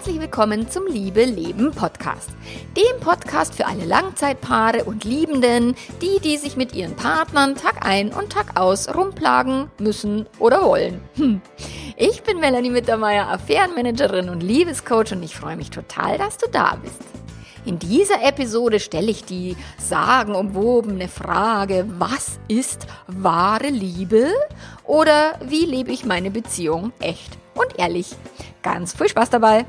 Herzlich willkommen zum Liebe Leben Podcast. Dem Podcast für alle Langzeitpaare und Liebenden, die sich mit ihren Partnern Tag ein und Tag aus rumplagen müssen oder wollen. Ich bin Melanie Mittermeier, Affärenmanagerin und Liebescoach und ich freue mich total, dass du da bist. In dieser Episode stelle ich die sagenumwobene Frage, was ist wahre Liebe oder wie lebe ich meine Beziehung echt und ehrlich? Ganz viel Spaß dabei!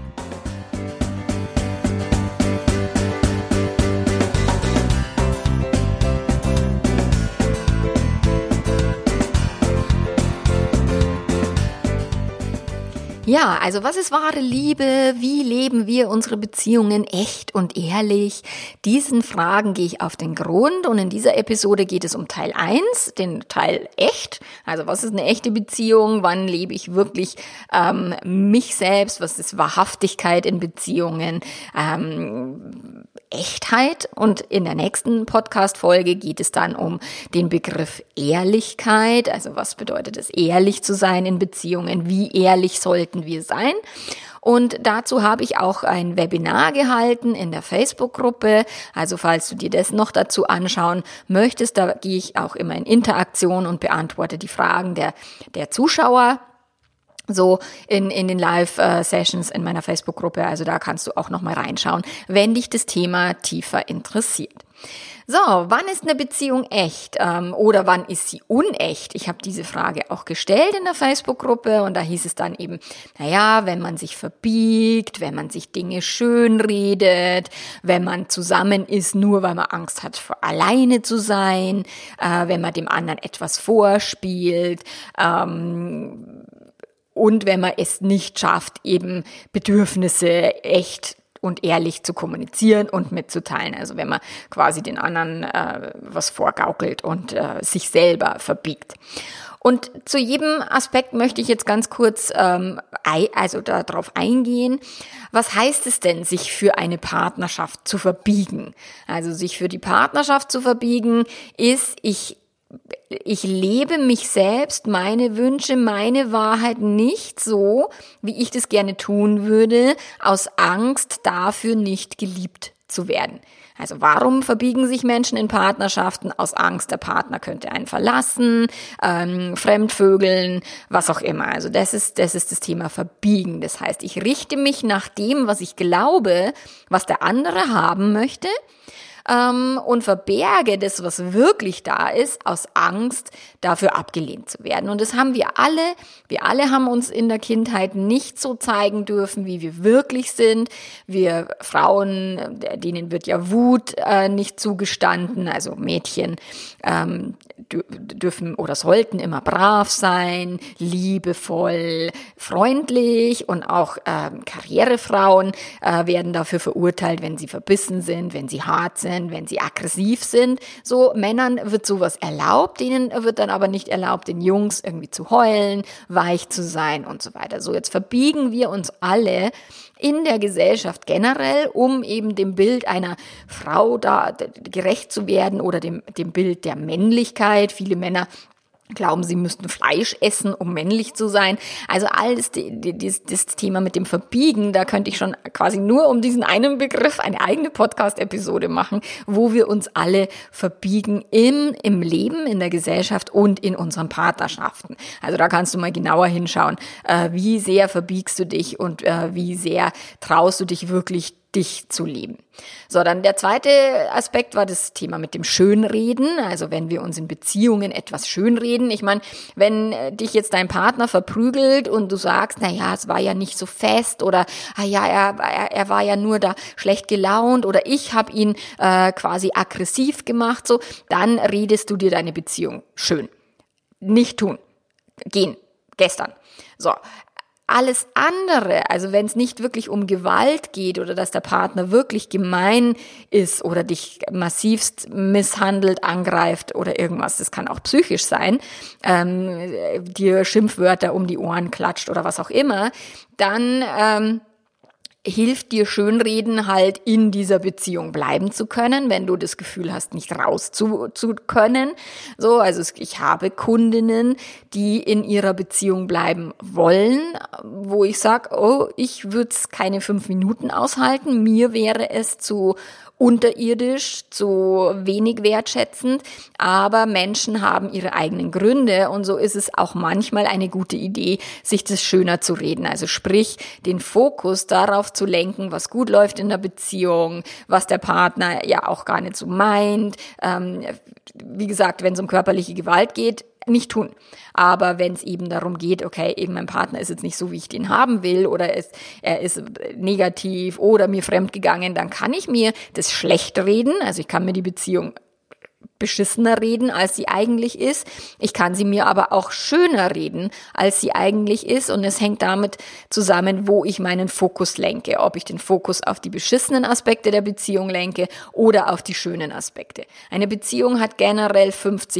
Ja, also was ist wahre Liebe? Wie leben wir unsere Beziehungen echt und ehrlich? Diesen Fragen gehe ich auf den Grund und in dieser Episode geht es um Teil 1, den Teil echt. Also was ist eine echte Beziehung? Wann lebe ich wirklich mich selbst? Was ist Wahrhaftigkeit in Beziehungen? Echtheit. Und in der nächsten Podcast-Folge geht es dann um den Begriff Ehrlichkeit. Also was bedeutet es, ehrlich zu sein in Beziehungen? Wie ehrlich sollten wir sein? Und dazu habe ich auch ein Webinar gehalten in der Facebook-Gruppe. Also falls du dir das noch dazu anschauen möchtest, da gehe ich auch immer in Interaktion und beantworte die Fragen der Zuschauer. So in den Live-Sessions in meiner Facebook-Gruppe. Also da kannst du auch nochmal reinschauen, wenn dich das Thema tiefer interessiert. So, wann ist eine Beziehung echt oder wann ist sie unecht? Ich habe diese Frage auch gestellt in der Facebook-Gruppe und da hieß es dann eben, wenn man sich verbiegt, wenn man sich Dinge schönredet, wenn man zusammen ist, nur weil man Angst hat, alleine zu sein, wenn man dem anderen etwas vorspielt, und wenn man es nicht schafft, eben Bedürfnisse echt und ehrlich zu kommunizieren und mitzuteilen. Also wenn man quasi den anderen was vorgaukelt und sich selber verbiegt. Und zu jedem Aspekt möchte ich jetzt ganz kurz darauf eingehen. Was heißt es denn, sich für eine Partnerschaft zu verbiegen? Also sich für die Partnerschaft zu verbiegen ist, ich lebe mich selbst, meine Wünsche, meine Wahrheit nicht so, wie ich das gerne tun würde, aus Angst dafür nicht geliebt zu werden. Also warum verbiegen sich Menschen in Partnerschaften? Aus Angst, der Partner könnte einen verlassen, fremdvögeln, was auch immer. Also das ist das Thema Verbiegen. Das heißt, ich richte mich nach dem, was ich glaube, was der andere haben möchte, und verberge das, was wirklich da ist, aus Angst, dafür abgelehnt zu werden. Und das haben wir alle. Wir alle haben uns in der Kindheit nicht so zeigen dürfen, wie wir wirklich sind. Wir Frauen, denen wird ja Wut nicht zugestanden, also Mädchen dürfen oder sollten immer brav sein, liebevoll, freundlich und auch Karrierefrauen werden dafür verurteilt, wenn sie verbissen sind, wenn sie hart sind, wenn sie aggressiv sind. So Männern wird sowas erlaubt, denen wird dann aber nicht erlaubt, den Jungs irgendwie zu heulen, weich zu sein und so weiter. So, jetzt verbiegen wir uns alle in der Gesellschaft generell, um eben dem Bild einer Frau da gerecht zu werden oder dem Bild der Männlichkeit. Viele Männer glauben, sie müssten Fleisch essen, um männlich zu sein. Also alles das Thema mit dem Verbiegen, da könnte ich schon quasi nur um diesen einen Begriff eine eigene Podcast-Episode machen, wo wir uns alle verbiegen im Leben, in der Gesellschaft und in unseren Partnerschaften. Also da kannst du mal genauer hinschauen, wie sehr verbiegst du dich und wie sehr traust du dich wirklich, dich zu leben. So, dann der zweite Aspekt war das Thema mit dem Schönreden. Also wenn wir uns in Beziehungen etwas schönreden. Ich meine, wenn dich jetzt dein Partner verprügelt und du sagst, es war ja nicht so fest oder er war ja nur da schlecht gelaunt oder ich habe ihn quasi aggressiv gemacht, so, dann redest du dir deine Beziehung schön. Nicht tun. Gehen. Gestern. So. Alles andere, also wenn es nicht wirklich um Gewalt geht oder dass der Partner wirklich gemein ist oder dich massivst misshandelt, angreift oder irgendwas, das kann auch psychisch sein, dir Schimpfwörter um die Ohren klatscht oder was auch immer, dann hilft dir Schönreden halt in dieser Beziehung bleiben zu können, wenn du das Gefühl hast, nicht raus zu können. So, also ich habe Kundinnen, die in ihrer Beziehung bleiben wollen, wo ich sage, oh, ich würde es keine 5 Minuten aushalten, mir wäre es zu unterirdisch, zu wenig wertschätzend, aber Menschen haben ihre eigenen Gründe und so ist es auch manchmal eine gute Idee, sich das schöner zu reden. Also sprich, den Fokus darauf zu lenken, was gut läuft in der Beziehung, was der Partner ja auch gar nicht so meint. Wie gesagt, wenn es um körperliche Gewalt geht, nicht tun. Aber wenn es eben darum geht, okay, eben mein Partner ist jetzt nicht so, wie ich den haben will oder er ist negativ oder mir fremdgegangen, dann kann ich mir das schlecht reden. Also ich kann mir die Beziehung beschissener reden, als sie eigentlich ist. Ich kann sie mir aber auch schöner reden, als sie eigentlich ist. Und es hängt damit zusammen, wo ich meinen Fokus lenke. Ob ich den Fokus auf die beschissenen Aspekte der Beziehung lenke oder auf die schönen Aspekte. Eine Beziehung hat generell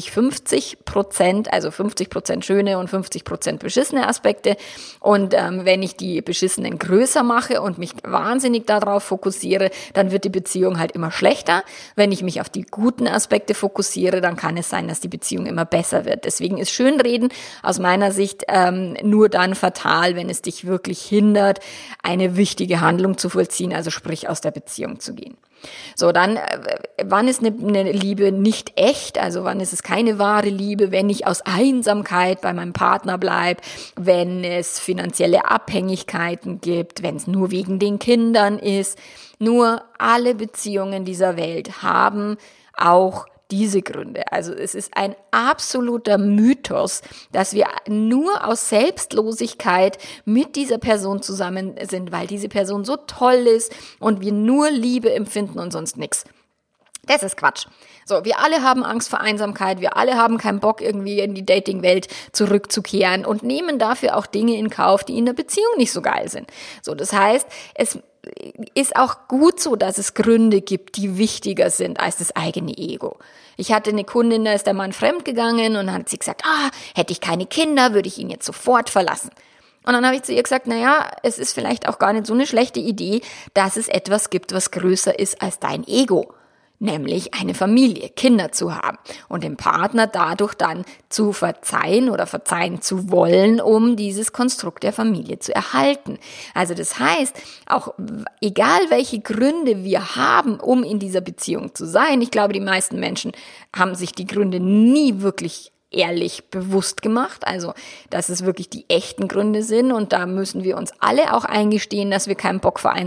50-50%, also 50% schöne und 50% beschissene Aspekte. Und wenn ich die beschissenen größer mache und mich wahnsinnig darauf fokussiere, dann wird die Beziehung halt immer schlechter. Wenn ich mich auf die guten Aspekte fokussiere, dann kann es sein, dass die Beziehung immer besser wird. Deswegen ist Schönreden aus meiner Sicht nur dann fatal, wenn es dich wirklich hindert, eine wichtige Handlung zu vollziehen, also sprich aus der Beziehung zu gehen. So, dann, wann ist eine Liebe nicht echt? Also wann ist es keine wahre Liebe? Wenn ich aus Einsamkeit bei meinem Partner bleibe, wenn es finanzielle Abhängigkeiten gibt, wenn es nur wegen den Kindern ist. Nur alle Beziehungen dieser Welt haben auch diese Gründe. Also es ist ein absoluter Mythos, dass wir nur aus Selbstlosigkeit mit dieser Person zusammen sind, weil diese Person so toll ist und wir nur Liebe empfinden und sonst nichts. Das ist Quatsch. So, wir alle haben Angst vor Einsamkeit, wir alle haben keinen Bock, irgendwie in die Dating-Welt zurückzukehren und nehmen dafür auch Dinge in Kauf, die in der Beziehung nicht so geil sind. So, das heißt, es ist auch gut so, dass es Gründe gibt, die wichtiger sind als das eigene Ego. Ich hatte eine Kundin, da ist der Mann fremdgegangen und dann hat sie gesagt, hätte ich keine Kinder, würde ich ihn jetzt sofort verlassen. Und dann habe ich zu ihr gesagt, naja, es ist vielleicht auch gar nicht so eine schlechte Idee, dass es etwas gibt, was größer ist als dein Ego. Nämlich eine Familie, Kinder zu haben und dem Partner dadurch dann zu verzeihen oder verzeihen zu wollen, um dieses Konstrukt der Familie zu erhalten. Also das heißt, auch egal welche Gründe wir haben, um in dieser Beziehung zu sein, ich glaube, die meisten Menschen haben sich die Gründe nie wirklich ehrlich bewusst gemacht, also dass es wirklich die echten Gründe sind und da müssen wir uns alle auch eingestehen, dass wir keinen Bock vor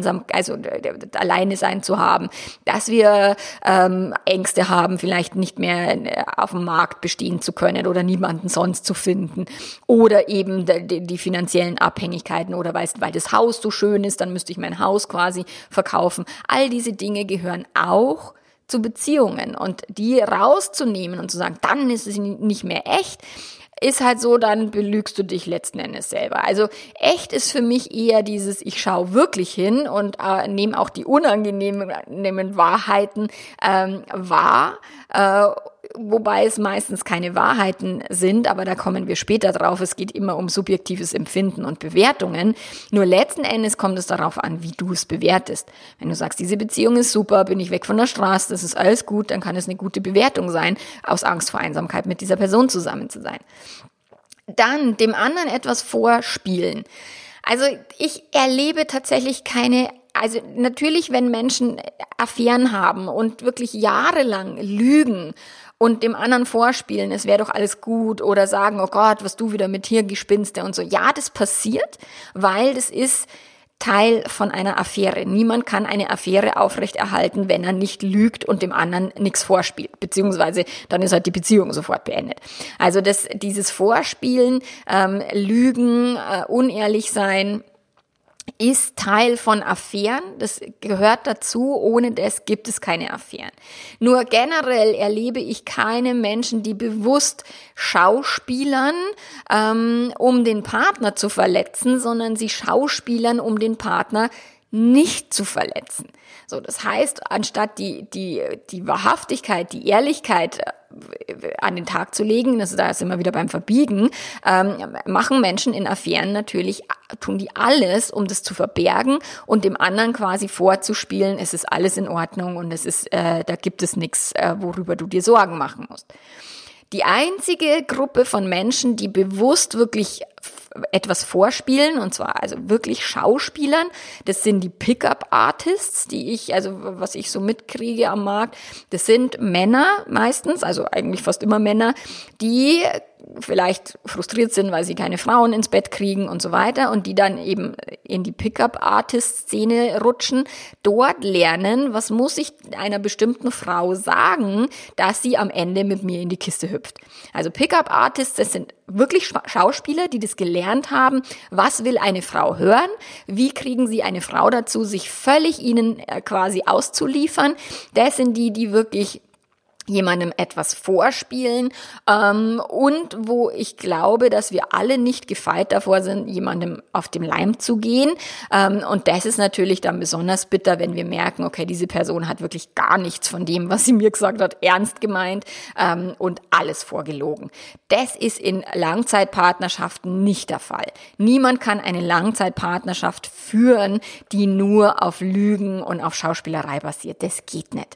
alleine sein zu haben, dass wir Ängste haben, vielleicht nicht mehr auf dem Markt bestehen zu können oder niemanden sonst zu finden oder eben die finanziellen Abhängigkeiten oder weil das Haus so schön ist, dann müsste ich mein Haus quasi verkaufen. All diese Dinge gehören auch zu Beziehungen und die rauszunehmen und zu sagen, dann ist es nicht mehr echt, ist halt so, dann belügst du dich letzten Endes selber. Also echt ist für mich eher dieses, ich schaue wirklich hin und nehme auch die unangenehmen Wahrheiten wahr, wobei es meistens keine Wahrheiten sind, aber da kommen wir später drauf. Es geht immer um subjektives Empfinden und Bewertungen. Nur letzten Endes kommt es darauf an, wie du es bewertest. Wenn du sagst, diese Beziehung ist super, bin ich weg von der Straße, das ist alles gut, dann kann es eine gute Bewertung sein, aus Angst vor Einsamkeit mit dieser Person zusammen zu sein. Dann dem anderen etwas vorspielen. Also ich erlebe tatsächlich also natürlich, wenn Menschen Affären haben und wirklich jahrelang lügen und dem anderen vorspielen, es wäre doch alles gut oder sagen, oh Gott, was du wieder mit Hirngespinste und so. Ja, das passiert, weil das ist Teil von einer Affäre. Niemand kann eine Affäre aufrechterhalten, wenn er nicht lügt und dem anderen nichts vorspielt, beziehungsweise dann ist halt die Beziehung sofort beendet. Also dieses Vorspielen, Lügen, unehrlich sein, ist Teil von Affären, das gehört dazu, ohne das gibt es keine Affären. Nur generell erlebe ich keine Menschen, die bewusst schauspielern, um den Partner zu verletzen, sondern sie schauspielern, um den Partner nicht zu verletzen. So, das heißt, anstatt die Wahrhaftigkeit, die Ehrlichkeit an den Tag zu legen, also da sind wir wieder beim Verbiegen, machen Menschen in Affären natürlich, tun die alles, um das zu verbergen und dem anderen quasi vorzuspielen, es ist alles in Ordnung und da gibt es nichts, worüber du dir Sorgen machen musst. Die einzige Gruppe von Menschen, die bewusst wirklich etwas vorspielen, und zwar also wirklich Schauspielern, das sind die Pickup-Artists, was ich so mitkriege am Markt. Das sind Männer meistens, also eigentlich fast immer Männer, die vielleicht frustriert sind, weil sie keine Frauen ins Bett kriegen und so weiter und die dann eben in die Pickup-Artist-Szene rutschen, dort lernen, was muss ich einer bestimmten Frau sagen, dass sie am Ende mit mir in die Kiste hüpft. Also Pickup-Artists, das sind wirklich Schauspieler, die das gelernt haben, was will eine Frau hören, wie kriegen sie eine Frau dazu, sich völlig ihnen quasi auszuliefern. Das sind die wirklich jemandem etwas vorspielen und wo ich glaube, dass wir alle nicht gefeit davor sind, jemandem auf den Leim zu gehen und das ist natürlich dann besonders bitter, wenn wir merken, okay, diese Person hat wirklich gar nichts von dem, was sie mir gesagt hat, ernst gemeint und alles vorgelogen. Das ist in Langzeitpartnerschaften nicht der Fall. Niemand kann eine Langzeitpartnerschaft führen, die nur auf Lügen und auf Schauspielerei basiert. Das geht nicht.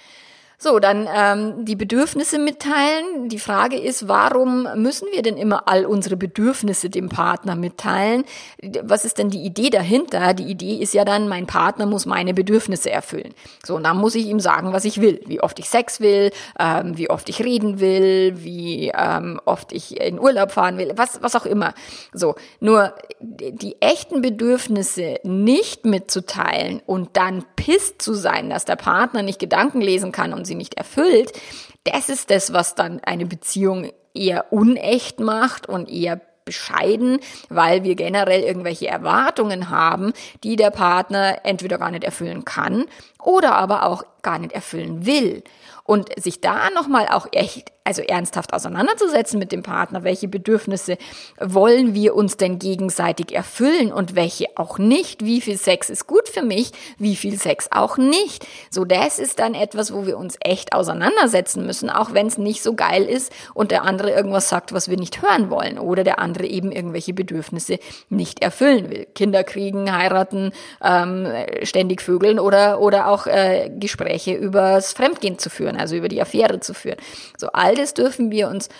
So, dann die Bedürfnisse mitteilen. Die Frage ist, warum müssen wir denn immer all unsere Bedürfnisse dem Partner mitteilen? Was ist denn die Idee dahinter? Die Idee ist ja dann, mein Partner muss meine Bedürfnisse erfüllen. So, und dann muss ich ihm sagen, was ich will. Wie oft ich Sex will, wie oft ich reden will, wie oft ich in Urlaub fahren will, was auch immer. So, nur die echten Bedürfnisse nicht mitzuteilen und dann pisst zu sein, dass der Partner nicht Gedanken lesen kann und sie nicht erfüllt, das ist das, was dann eine Beziehung eher unecht macht und eher bescheiden, weil wir generell irgendwelche Erwartungen haben, die der Partner entweder gar nicht erfüllen kann oder aber auch gar nicht erfüllen will. Und sich da nochmal auch ernsthaft auseinanderzusetzen mit dem Partner, welche Bedürfnisse wollen wir uns denn gegenseitig erfüllen und welche auch nicht, wie viel Sex ist gut für mich, wie viel Sex auch nicht. So, das ist dann etwas, wo wir uns echt auseinandersetzen müssen, auch wenn es nicht so geil ist und der andere irgendwas sagt, was wir nicht hören wollen oder der andere eben irgendwelche Bedürfnisse nicht erfüllen will. Kinder kriegen, heiraten, ständig vögeln oder auch Gespräche übers Fremdgehen zu führen, also über die Affäre zu führen. So, all das dürfen wir uns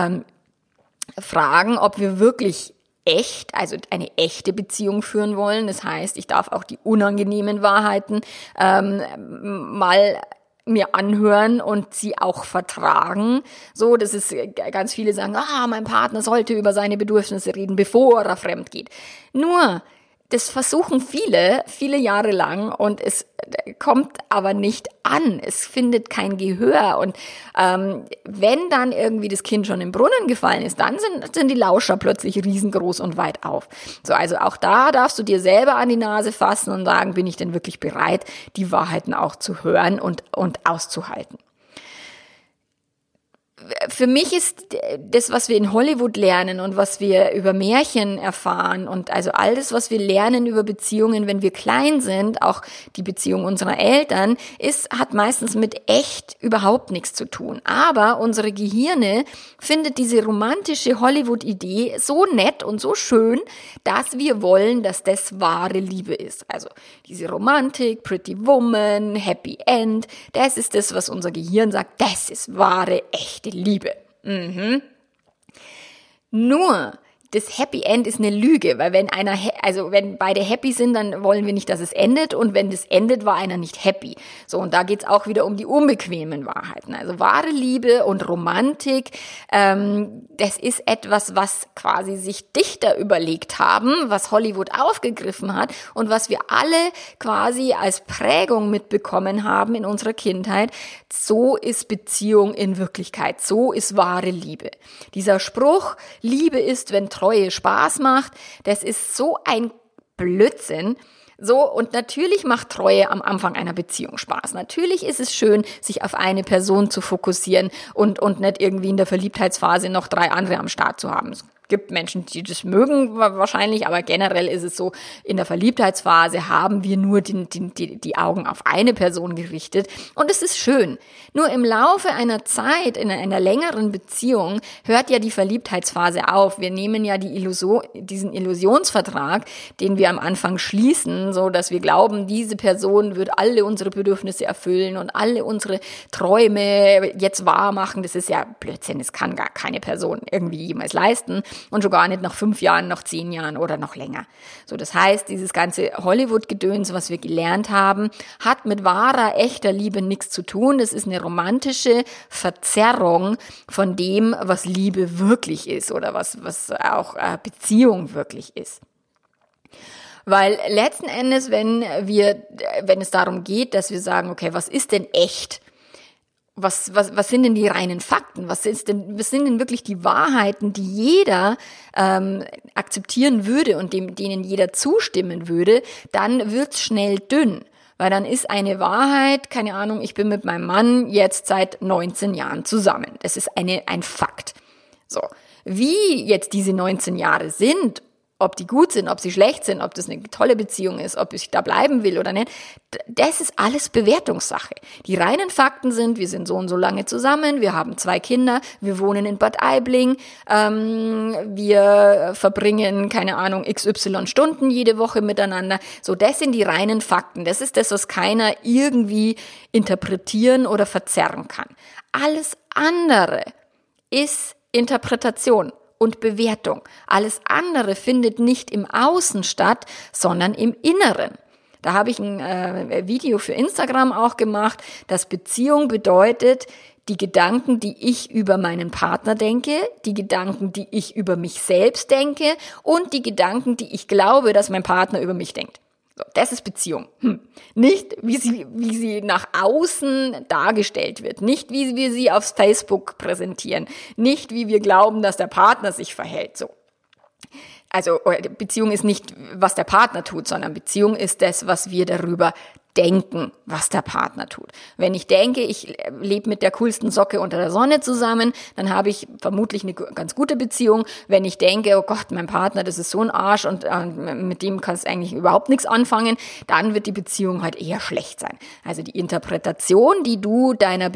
fragen, ob wir wirklich also eine echte Beziehung führen wollen. Das heißt, ich darf auch die unangenehmen Wahrheiten mal mir anhören und sie auch vertragen. So, das ist, ganz viele sagen, mein Partner sollte über seine Bedürfnisse reden, bevor er fremd geht. Nur, das versuchen viele Jahre lang und es kommt aber nicht an. Es findet kein Gehör. Und wenn dann irgendwie das Kind schon im Brunnen gefallen ist, dann sind die Lauscher plötzlich riesengroß und weit auf. So, also auch da darfst du dir selber an die Nase fassen und sagen, bin ich denn wirklich bereit, die Wahrheiten auch zu hören und auszuhalten. Für mich ist das, was wir in Hollywood lernen und was wir über Märchen erfahren und also all das, was wir lernen über Beziehungen, wenn wir klein sind, auch die Beziehung unserer Eltern, hat meistens mit echt überhaupt nichts zu tun. Aber unsere Gehirne findet diese romantische Hollywood-Idee so nett und so schön, dass wir wollen, dass das wahre Liebe ist. Also diese Romantik, Pretty Woman, Happy End, das ist das, was unser Gehirn sagt, das ist wahre, echte Liebe. Nur, das Happy End ist eine Lüge, weil wenn beide happy sind, dann wollen wir nicht, dass es endet und wenn das endet, war einer nicht happy. So, und da geht's auch wieder um die unbequemen Wahrheiten. Also wahre Liebe und Romantik, das ist etwas, was quasi sich Dichter überlegt haben, was Hollywood aufgegriffen hat und was wir alle quasi als Prägung mitbekommen haben in unserer Kindheit. So ist Beziehung in Wirklichkeit, so ist wahre Liebe. Dieser Spruch, Liebe ist, wenn Treue Spaß macht, das ist so ein Blödsinn. So, und natürlich macht Treue am Anfang einer Beziehung Spaß. Natürlich ist es schön, sich auf eine Person zu fokussieren und nicht irgendwie in der Verliebtheitsphase noch 3 andere am Start zu haben. gibt Menschen, die das mögen wahrscheinlich, aber generell ist es so, in der Verliebtheitsphase haben wir nur die Augen auf eine Person gerichtet und es ist schön. Nur im Laufe einer Zeit, in einer längeren Beziehung, hört ja die Verliebtheitsphase auf. Wir nehmen ja diesen Illusionsvertrag, den wir am Anfang schließen, so dass wir glauben, diese Person wird alle unsere Bedürfnisse erfüllen und alle unsere Träume jetzt wahr machen. Das ist ja Blödsinn, das kann gar keine Person irgendwie jemals leisten und schon gar nicht nach 5 Jahren, nach 10 Jahren oder noch länger. So, das heißt, dieses ganze Hollywood-Gedöns, was wir gelernt haben, hat mit wahrer, echter Liebe nichts zu tun. Das ist eine romantische Verzerrung von dem, was Liebe wirklich ist oder was auch Beziehung wirklich ist. Weil letzten Endes, wenn es darum geht, dass wir sagen, okay, was ist denn echt? Was sind denn die reinen Fakten? Was sind denn wirklich die Wahrheiten, die jeder akzeptieren würde und denen jeder zustimmen würde? Dann wird's schnell dünn. Weil dann ist eine Wahrheit, keine Ahnung, ich bin mit meinem Mann jetzt seit 19 Jahren zusammen. Das ist ein Fakt. So. Wie jetzt diese 19 Jahre sind, ob die gut sind, ob sie schlecht sind, ob das eine tolle Beziehung ist, ob ich da bleiben will oder nicht, das ist alles Bewertungssache. Die reinen Fakten sind, wir sind so und so lange zusammen, wir haben 2 Kinder, wir wohnen in Bad Aibling, wir verbringen, keine Ahnung, XY Stunden jede Woche miteinander. So, das sind die reinen Fakten. Das ist das, was keiner irgendwie interpretieren oder verzerren kann. Alles andere ist Interpretation und Bewertung. Alles andere findet nicht im Außen statt, sondern im Inneren. Da habe ich ein Video für Instagram auch gemacht, dass Beziehung bedeutet, die Gedanken, die ich über meinen Partner denke, die Gedanken, die ich über mich selbst denke und die Gedanken, die ich glaube, dass mein Partner über mich denkt. So, das ist Beziehung. Nicht, wie sie nach außen dargestellt wird. Nicht, wie wir sie auf Facebook präsentieren. Nicht, wie wir glauben, dass der Partner sich verhält. So. Also, Beziehung ist nicht, was der Partner tut, sondern Beziehung ist das, was wir darüber denken, was der Partner tut. Wenn ich denke, ich lebe mit der coolsten Socke unter der Sonne zusammen, dann habe ich vermutlich eine ganz gute Beziehung. Wenn ich denke, oh Gott, mein Partner, das ist so ein Arsch und mit dem kannst du eigentlich überhaupt nichts anfangen, dann wird die Beziehung halt eher schlecht sein. Also die Interpretation, die du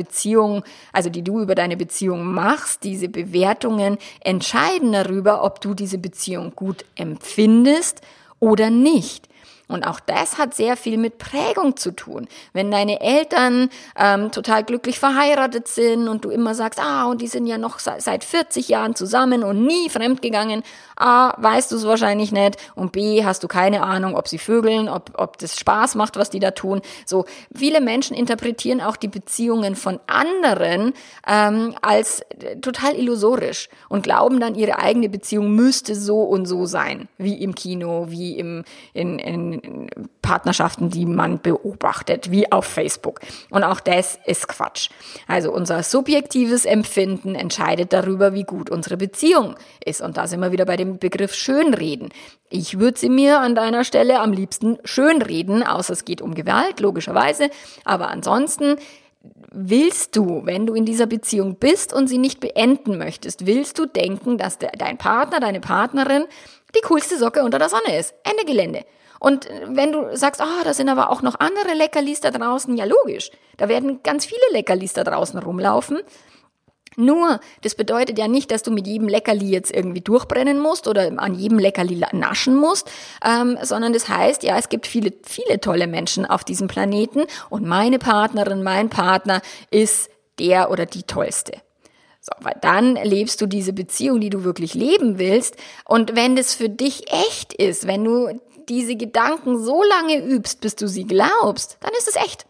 über deine Beziehung machst, diese Bewertungen entscheiden darüber, ob du diese Beziehung gut empfindest oder nicht. Und auch das hat sehr viel mit Prägung zu tun. Wenn deine Eltern total glücklich verheiratet sind und du immer sagst, und die sind ja noch seit 40 Jahren zusammen und nie fremdgegangen, weißt du es wahrscheinlich nicht und B, hast du keine Ahnung, ob sie vögeln, ob das Spaß macht, was die da tun. So, viele Menschen interpretieren auch die Beziehungen von anderen als total illusorisch und glauben dann, ihre eigene Beziehung müsste so und so sein, wie im Kino, wie in Partnerschaften, die man beobachtet, wie auf Facebook. Und auch das ist Quatsch. Also unser subjektives Empfinden entscheidet darüber, wie gut unsere Beziehung ist. Und da sind wir wieder bei dem Begriff Schönreden. Ich würde sie mir an deiner Stelle am liebsten schönreden, außer es geht um Gewalt, logischerweise. Aber ansonsten willst du, wenn du in dieser Beziehung bist und sie nicht beenden möchtest, willst du denken, dass dein Partner, deine Partnerin die coolste Socke unter der Sonne ist. Ende Gelände. Und wenn du sagst, da sind aber auch noch andere Leckerlis da draußen, ja logisch, da werden ganz viele Leckerlis da draußen rumlaufen. Nur, das bedeutet ja nicht, dass du mit jedem Leckerli jetzt irgendwie durchbrennen musst oder an jedem Leckerli naschen musst, sondern das heißt, ja, es gibt viele, viele tolle Menschen auf diesem Planeten und meine Partnerin, mein Partner ist der oder die Tollste. So, weil dann lebst du diese Beziehung, die du wirklich leben willst. Und wenn das für dich echt ist, wenn du diese Gedanken so lange übst, bis du sie glaubst, dann ist es echt.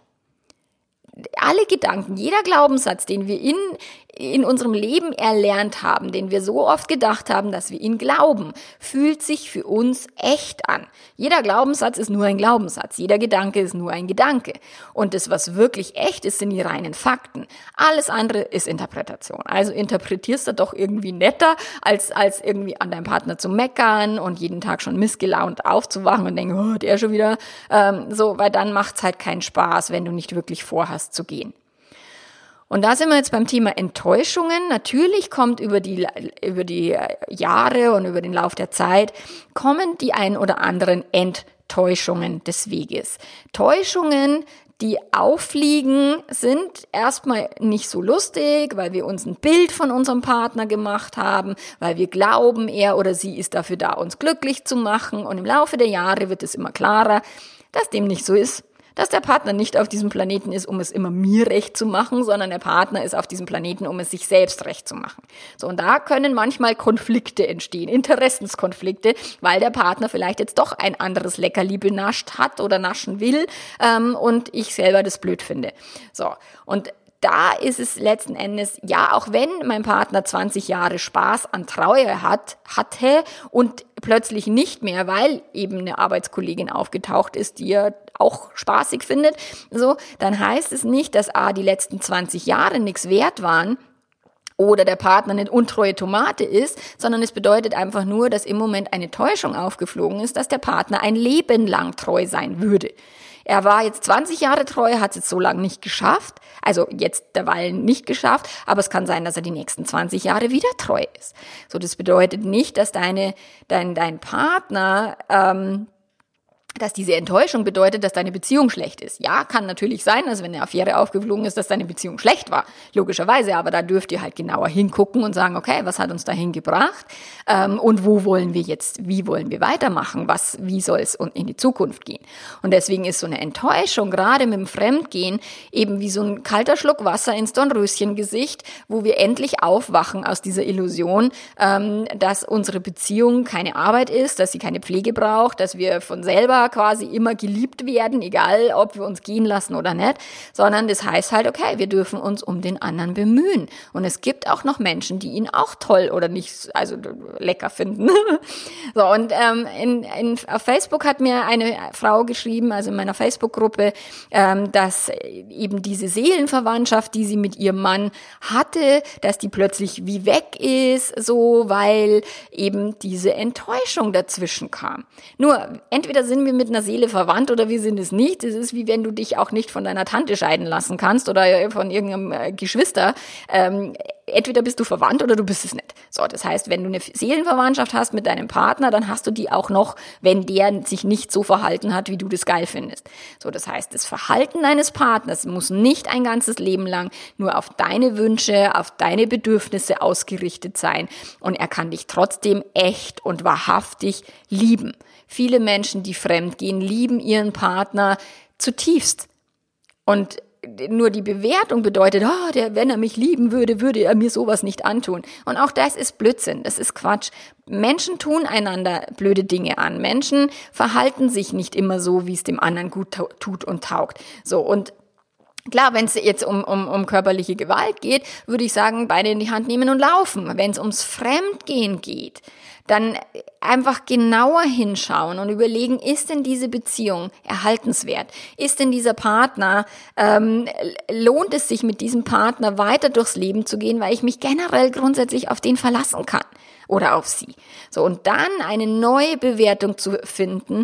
Alle Gedanken, jeder Glaubenssatz, den wir in unserem Leben erlernt haben, den wir so oft gedacht haben, dass wir ihn glauben, fühlt sich für uns echt an. Jeder Glaubenssatz ist nur ein Glaubenssatz, jeder Gedanke ist nur ein Gedanke. Und das, was wirklich echt ist, sind die reinen Fakten. Alles andere ist Interpretation. Also interpretierst du doch irgendwie netter, als irgendwie an deinem Partner zu meckern und jeden Tag schon missgelaunt aufzuwachen und denken, der schon wieder, weil dann macht's halt keinen Spaß, wenn du nicht wirklich vorhast zu gehen. Und da sind wir jetzt beim Thema Enttäuschungen. Natürlich kommt über die Jahre und über den Lauf der Zeit, kommen die ein oder anderen Enttäuschungen des Weges. Täuschungen, die auffliegen, sind erstmal nicht so lustig, weil wir uns ein Bild von unserem Partner gemacht haben, weil wir glauben, er oder sie ist dafür da, uns glücklich zu machen. Und im Laufe der Jahre wird es immer klarer, dass dem nicht so ist. Dass der Partner nicht auf diesem Planeten ist, um es immer mir recht zu machen, sondern der Partner ist auf diesem Planeten, um es sich selbst recht zu machen. So, und da können manchmal Konflikte entstehen, Interessenskonflikte, weil der Partner vielleicht jetzt doch ein anderes Leckerli benascht hat oder naschen will, und ich selber das blöd finde. So, und da ist es letzten Endes, ja, auch wenn mein Partner 20 Jahre Spaß an Treue hatte und plötzlich nicht mehr, weil eben eine Arbeitskollegin aufgetaucht ist, die er auch spaßig findet, so, dann heißt es nicht, dass die letzten 20 Jahre nichts wert waren oder der Partner eine untreue Tomate ist, sondern es bedeutet einfach nur, dass im Moment eine Täuschung aufgeflogen ist, dass der Partner ein Leben lang treu sein würde. Er war jetzt 20 Jahre treu, hat es jetzt so lange nicht geschafft, also jetzt derweilen nicht geschafft, aber es kann sein, dass er die nächsten 20 Jahre wieder treu ist. So, das bedeutet nicht, dass dein Partner, dass diese Enttäuschung bedeutet, dass deine Beziehung schlecht ist. Ja, kann natürlich sein, also wenn eine Affäre aufgeflogen ist, dass deine Beziehung schlecht war, logischerweise, aber da dürft ihr halt genauer hingucken und sagen, okay, was hat uns dahin gebracht, und wie wollen wir weitermachen, wie soll es in die Zukunft gehen. Und deswegen ist so eine Enttäuschung, gerade mit dem Fremdgehen, eben wie so ein kalter Schluck Wasser ins Dornröschengesicht, wo wir endlich aufwachen aus dieser Illusion, dass unsere Beziehung keine Arbeit ist, dass sie keine Pflege braucht, dass wir von selber quasi immer geliebt werden, egal ob wir uns gehen lassen oder nicht, sondern das heißt halt, okay, wir dürfen uns um den anderen bemühen. Und es gibt auch noch Menschen, die ihn auch toll oder nicht, also lecker finden. So, und auf Facebook hat mir eine Frau geschrieben, also in meiner Facebook-Gruppe, dass eben diese Seelenverwandtschaft, die sie mit ihrem Mann hatte, dass die plötzlich wie weg ist, so, weil eben diese Enttäuschung dazwischen kam. Nur, entweder sind wir mit einer Seele verwandt oder wir sind es nicht. Es ist wie wenn du dich auch nicht von deiner Tante scheiden lassen kannst oder von irgendeinem Geschwister. Entweder bist du verwandt oder du bist es nicht. So, das heißt, wenn du eine Seelenverwandtschaft hast mit deinem Partner, dann hast du die auch noch, wenn der sich nicht so verhalten hat, wie du das geil findest. So, das heißt, das Verhalten deines Partners muss nicht ein ganzes Leben lang nur auf deine Wünsche, auf deine Bedürfnisse ausgerichtet sein. Und er kann dich trotzdem echt und wahrhaftig lieben. Viele Menschen, die fremdgehen, lieben ihren Partner zutiefst. Und nur die Bewertung bedeutet, wenn er mich lieben würde, würde er mir sowas nicht antun. Und auch das ist Blödsinn, das ist Quatsch. Menschen tun einander blöde Dinge an. Menschen verhalten sich nicht immer so, wie es dem anderen gut tut und taugt. So, und klar, wenn es jetzt um körperliche Gewalt geht, würde ich sagen, Beine in die Hand nehmen und laufen. Wenn es ums Fremdgehen geht, dann einfach genauer hinschauen und überlegen, ist denn diese Beziehung erhaltenswert? Ist denn dieser Partner, lohnt es sich mit diesem Partner weiter durchs Leben zu gehen, weil ich mich generell grundsätzlich auf den verlassen kann oder auf sie? So, und dann eine neue Bewertung zu finden,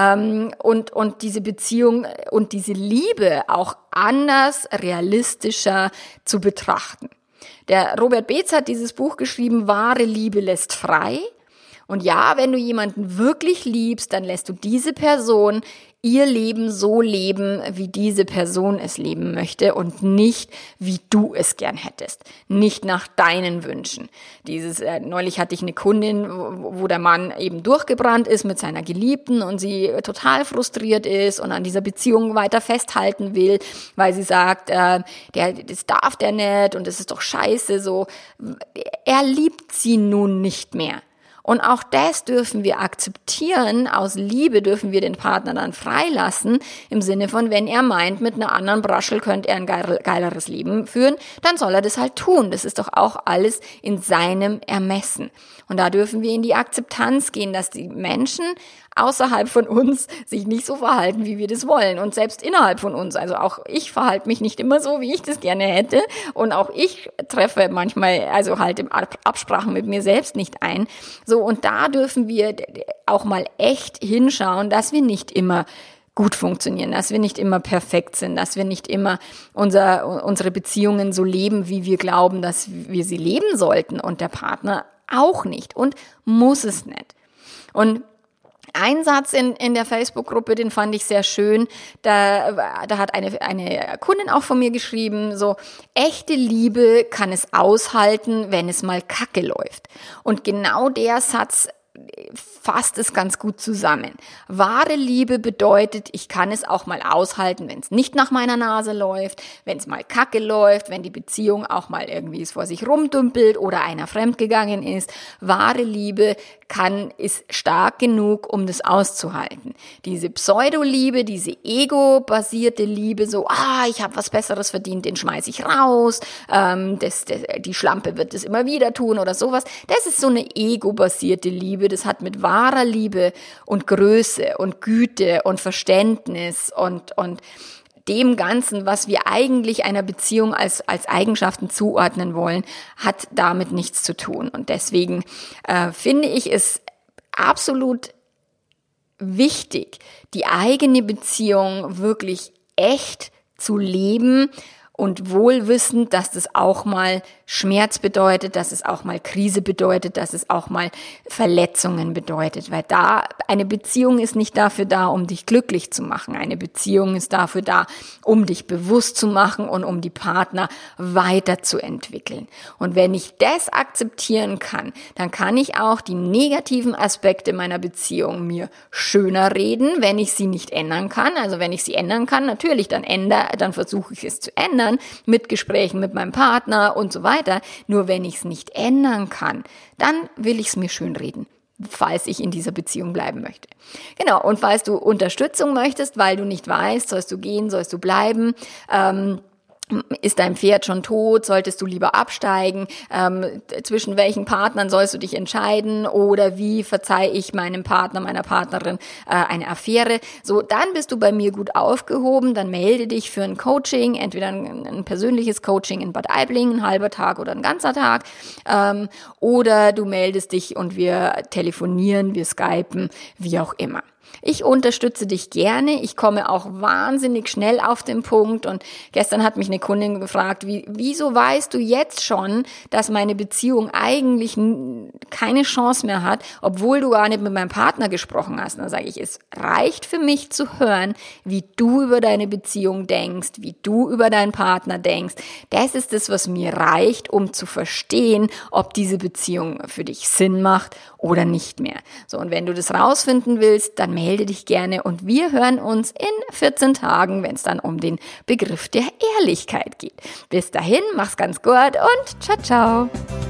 und diese Beziehung und diese Liebe auch anders, realistischer zu betrachten. Der Robert Beetz hat dieses Buch geschrieben, Wahre Liebe lässt frei. Und ja, wenn du jemanden wirklich liebst, dann lässt du diese Person ihr Leben so leben, wie diese Person es leben möchte und nicht, wie du es gern hättest. Nicht nach deinen Wünschen. Neulich hatte ich eine Kundin, wo der Mann eben durchgebrannt ist mit seiner Geliebten und sie total frustriert ist und an dieser Beziehung weiter festhalten will, weil sie sagt, das darf der nicht und das ist doch scheiße, so. Er liebt sie nun nicht mehr. Und auch das dürfen wir akzeptieren. Aus Liebe dürfen wir den Partner dann freilassen. Im Sinne von, wenn er meint, mit einer anderen Braschel könnte er ein geileres Leben führen, dann soll er das halt tun. Das ist doch auch alles in seinem Ermessen. Und da dürfen wir in die Akzeptanz gehen, dass die Menschen außerhalb von uns sich nicht so verhalten, wie wir das wollen. Und selbst innerhalb von uns. Also auch ich verhalte mich nicht immer so, wie ich das gerne hätte. Und auch ich treffe manchmal, also halt im Absprachen mit mir selbst nicht ein. So, und da dürfen wir auch mal echt hinschauen, dass wir nicht immer gut funktionieren, dass wir nicht immer perfekt sind, dass wir nicht immer unsere Beziehungen so leben, wie wir glauben, dass wir sie leben sollten und der Partner auch nicht und muss es nicht. Und ein Satz in der Facebook-Gruppe, den fand ich sehr schön. Da hat eine Kundin auch von mir geschrieben, so, echte Liebe kann es aushalten, wenn es mal kacke läuft. Und genau der Satz fasst es ganz gut zusammen. Wahre Liebe bedeutet, ich kann es auch mal aushalten, wenn es nicht nach meiner Nase läuft, wenn es mal kacke läuft, wenn die Beziehung auch mal irgendwie vor sich rumdümpelt oder einer fremdgegangen ist. Wahre Liebe ist stark genug, um das auszuhalten. Diese Pseudo-Liebe, diese ego-basierte Liebe, so, ich habe was Besseres verdient, den schmeiß ich raus, die Schlampe wird es immer wieder tun oder sowas. Das ist so eine ego-basierte Liebe. Das hat mit wahrer Liebe und Größe und Güte und Verständnis und dem Ganzen, was wir eigentlich einer Beziehung als Eigenschaften zuordnen wollen, hat damit nichts zu tun. Und deswegen finde ich es absolut wichtig, die eigene Beziehung wirklich echt zu leben und wohl wissend, dass das auch mal Schmerz bedeutet, dass es auch mal Krise bedeutet, dass es auch mal Verletzungen bedeutet, weil eine Beziehung ist nicht dafür da, um dich glücklich zu machen. Eine Beziehung ist dafür da, um dich bewusst zu machen und um die Partner weiterzuentwickeln. Und wenn ich das akzeptieren kann, dann kann ich auch die negativen Aspekte meiner Beziehung mir schöner reden, wenn ich sie nicht ändern kann. Also wenn ich sie ändern kann, natürlich, dann versuche ich es zu ändern mit Gesprächen mit meinem Partner und so weiter. Nur wenn ich es nicht ändern kann, dann will ich es mir schönreden, falls ich in dieser Beziehung bleiben möchte. Genau, und falls du Unterstützung möchtest, weil du nicht weißt, sollst du gehen, sollst du bleiben, ist dein Pferd schon tot? Solltest du lieber absteigen? Zwischen welchen Partnern sollst du dich entscheiden? Oder wie verzeihe ich meinem Partner, meiner Partnerin eine Affäre? So, dann bist du bei mir gut aufgehoben. Dann melde dich für ein Coaching, entweder ein persönliches Coaching in Bad Aibling, ein halber Tag oder ein ganzer Tag. Oder du meldest dich und wir telefonieren, wir skypen, wie auch immer. Ich unterstütze dich gerne. Ich komme auch wahnsinnig schnell auf den Punkt. Und gestern hat mich eine Kundin gefragt, wieso weißt du jetzt schon, dass meine Beziehung eigentlich keine Chance mehr hat, obwohl du gar nicht mit meinem Partner gesprochen hast? Und dann sage ich, es reicht für mich zu hören, wie du über deine Beziehung denkst, wie du über deinen Partner denkst. Das ist es, was mir reicht, um zu verstehen, ob diese Beziehung für dich Sinn macht oder nicht mehr. So, und wenn du das rausfinden willst, dann melde dich gerne und wir hören uns in 14 Tagen, wenn es dann um den Begriff der Ehrlichkeit geht. Bis dahin, mach's ganz gut und ciao, ciao.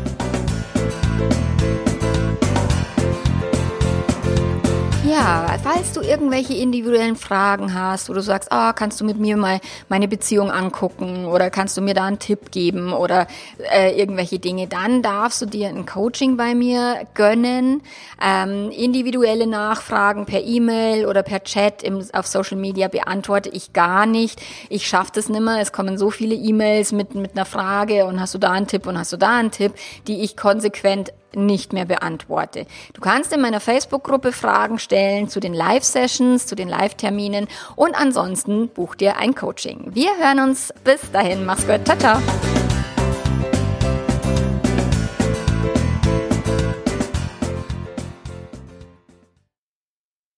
Ja, falls du irgendwelche individuellen Fragen hast, wo du sagst, kannst du mit mir mal meine Beziehung angucken oder kannst du mir da einen Tipp geben oder irgendwelche Dinge, dann darfst du dir ein Coaching bei mir gönnen. Individuelle Nachfragen per E-Mail oder per Chat auf Social Media beantworte ich gar nicht. Ich schaffe das nicht mehr. Es kommen so viele E-Mails mit einer Frage und hast du da einen Tipp und hast du da einen Tipp, die ich konsequent nicht mehr beantworte. Du kannst in meiner Facebook-Gruppe Fragen stellen zu den Live-Sessions, zu den Live-Terminen und ansonsten buch dir ein Coaching. Wir hören uns. Bis dahin. Mach's gut. Ciao, ciao.